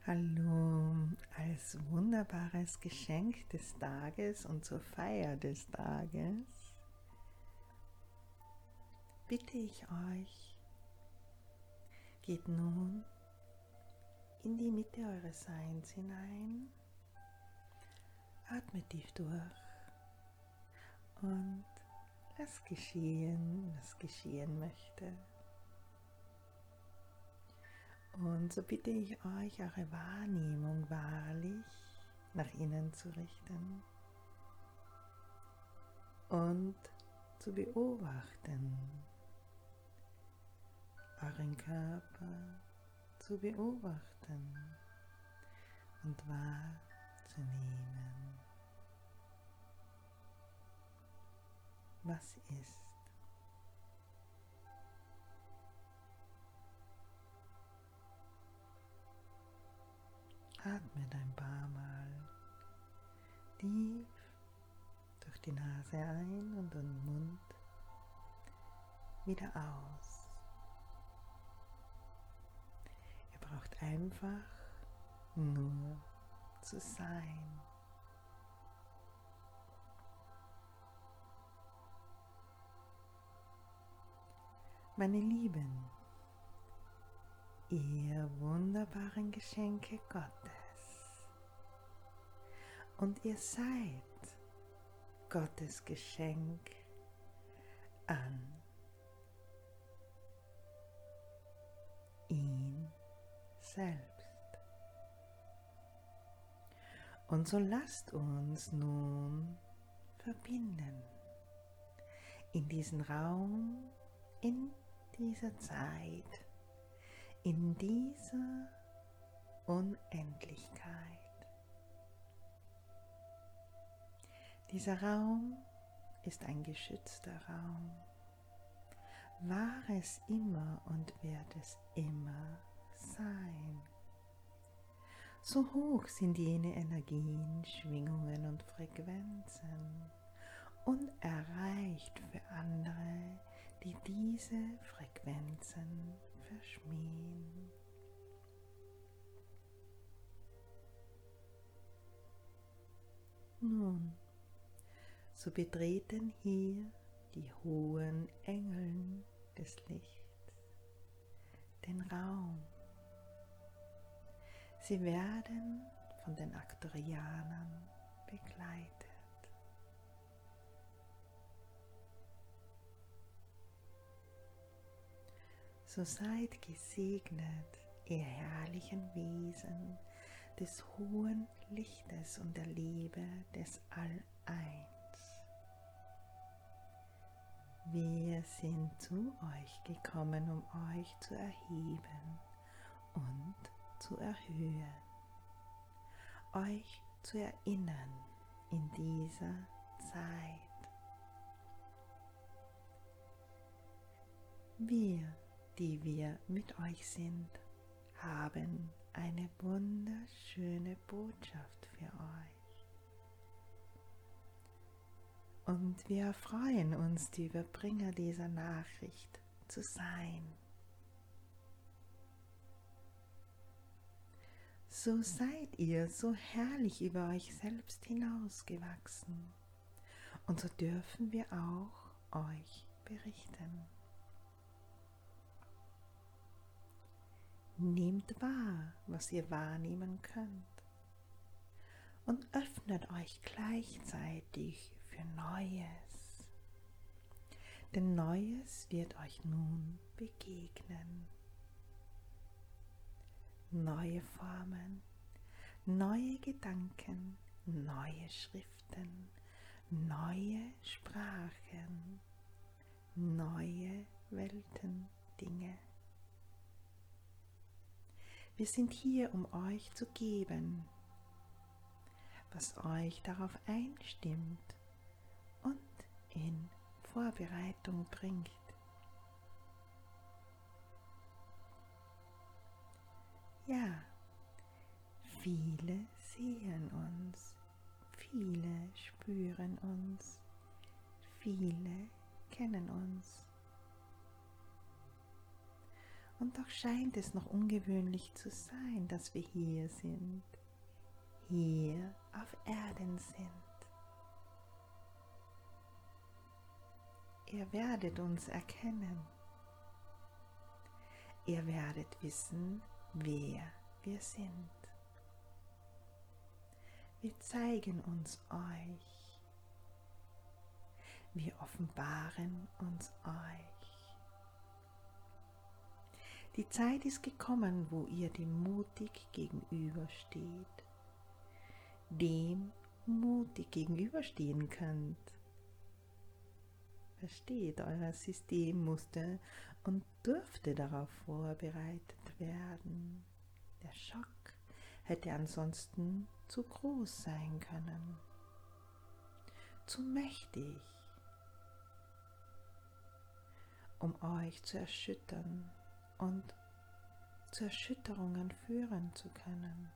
Hallo, als wunderbares Geschenk des Tages und zur Feier des Tages bitte ich euch, geht nun in die Mitte eures Seins hinein, atmet tief durch und lasst geschehen, was geschehen möchte. Und so bitte ich euch, eure Wahrnehmung wahrlich nach innen zu richten und zu beobachten, euren Körper zu beobachten und wahrzunehmen, was ist. Atmet ein paar Mal tief durch die Nase ein und den Mund wieder aus. Ihr braucht einfach nur zu sein. Meine Lieben, ihr wunderbaren Geschenke Gottes, und ihr seid Gottes Geschenk an ihn selbst. Und so lasst uns nun verbinden in diesen Raum, in dieser Zeit, in dieser Unendlichkeit. Dieser Raum ist ein geschützter Raum, war es immer und wird es immer sein. So hoch sind jene Energien, Schwingungen und Frequenzen, unerreicht für andere, die diese Frequenzen verschmähen. Nun, so betreten hier die hohen Engel des Lichts den Raum. Sie werden von den Arcturianern begleitet. So seid gesegnet, ihr herrlichen Wesen des hohen Lichtes und der Liebe des All-Eins. Wir sind zu euch gekommen, um euch zu erheben und zu erhöhen, euch zu erinnern in dieser Zeit. Wir, die wir mit euch sind, haben eine wunderschöne Botschaft für euch. Und wir freuen uns, die Überbringer dieser Nachricht zu sein. So seid ihr so herrlich über euch selbst hinausgewachsen. Und so dürfen wir auch euch berichten. Nehmt wahr, was ihr wahrnehmen könnt, und öffnet euch gleichzeitig für Neues. Denn Neues wird euch nun begegnen. Neue Formen, neue Gedanken, neue Schriften, neue Sprachen, neue Welten, Dinge. Wir sind hier, um euch zu geben, was euch darauf einstimmt und in Vorbereitung bringt. Ja, viele sehen uns, viele spüren uns, viele kennen uns. Und doch scheint es noch ungewöhnlich zu sein, dass wir hier sind, hier auf Erden sind. Ihr werdet uns erkennen. Ihr werdet wissen, wer wir sind. Wir zeigen uns euch. Wir offenbaren uns euch. Die Zeit ist gekommen, wo ihr dem mutig gegenübersteht, dem mutig gegenüberstehen könnt. Versteht, euer System musste und durfte darauf vorbereitet werden. Der Schock hätte ansonsten zu groß sein können, zu mächtig, um euch zu erschüttern und zu Erschütterungen führen zu können.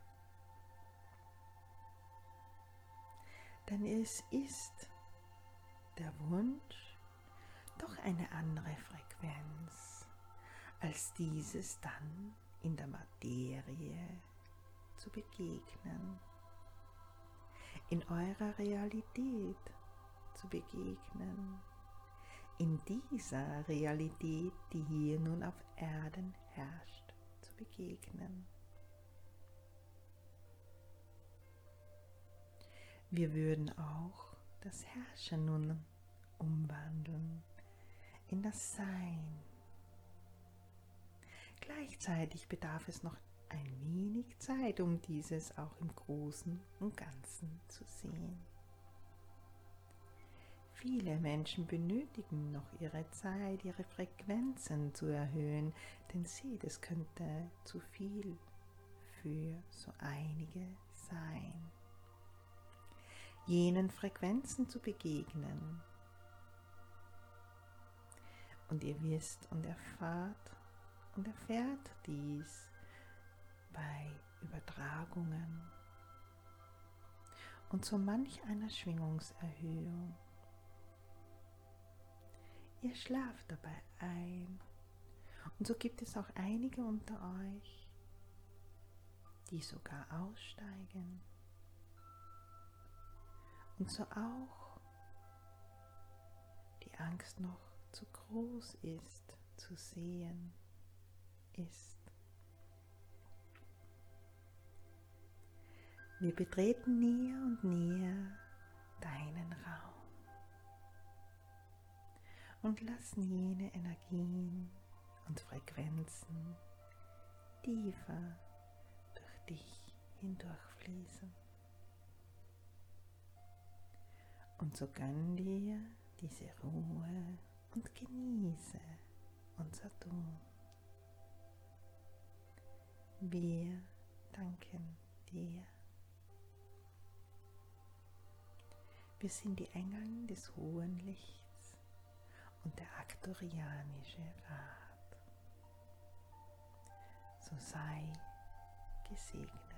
Denn es ist der Wunsch, doch eine andere Frequenz, als dieses dann in der Materie zu begegnen, in eurer Realität zu begegnen, in dieser Realität, die hier nun auf Erden herrscht, zu begegnen. Wir würden auch das Herrschen nun umwandeln in das Sein. Gleichzeitig bedarf es noch ein wenig Zeit, um dieses auch im Großen und Ganzen zu sehen. Viele Menschen benötigen noch ihre Zeit, ihre Frequenzen zu erhöhen, denn seht, es könnte zu viel für so einige sein. Jenen Frequenzen zu begegnen. Und ihr wisst und erfahrt und erfährt dies bei Übertragungen und so manch einer Schwingungserhöhung. Ihr schlaft dabei ein und so gibt es auch einige unter euch, die sogar aussteigen und so auch die Angst noch zu groß ist, zu sehen ist. Wir betreten näher und näher deinen Raum und lassen jene Energien und Frequenzen tiefer durch dich hindurchfließen. Und so gönn dir diese Ruhe und genieße unser Tun. Wir danken dir. Wir sind die Engel des hohen Lichts und der Arcturianische Rat. So sei gesegnet.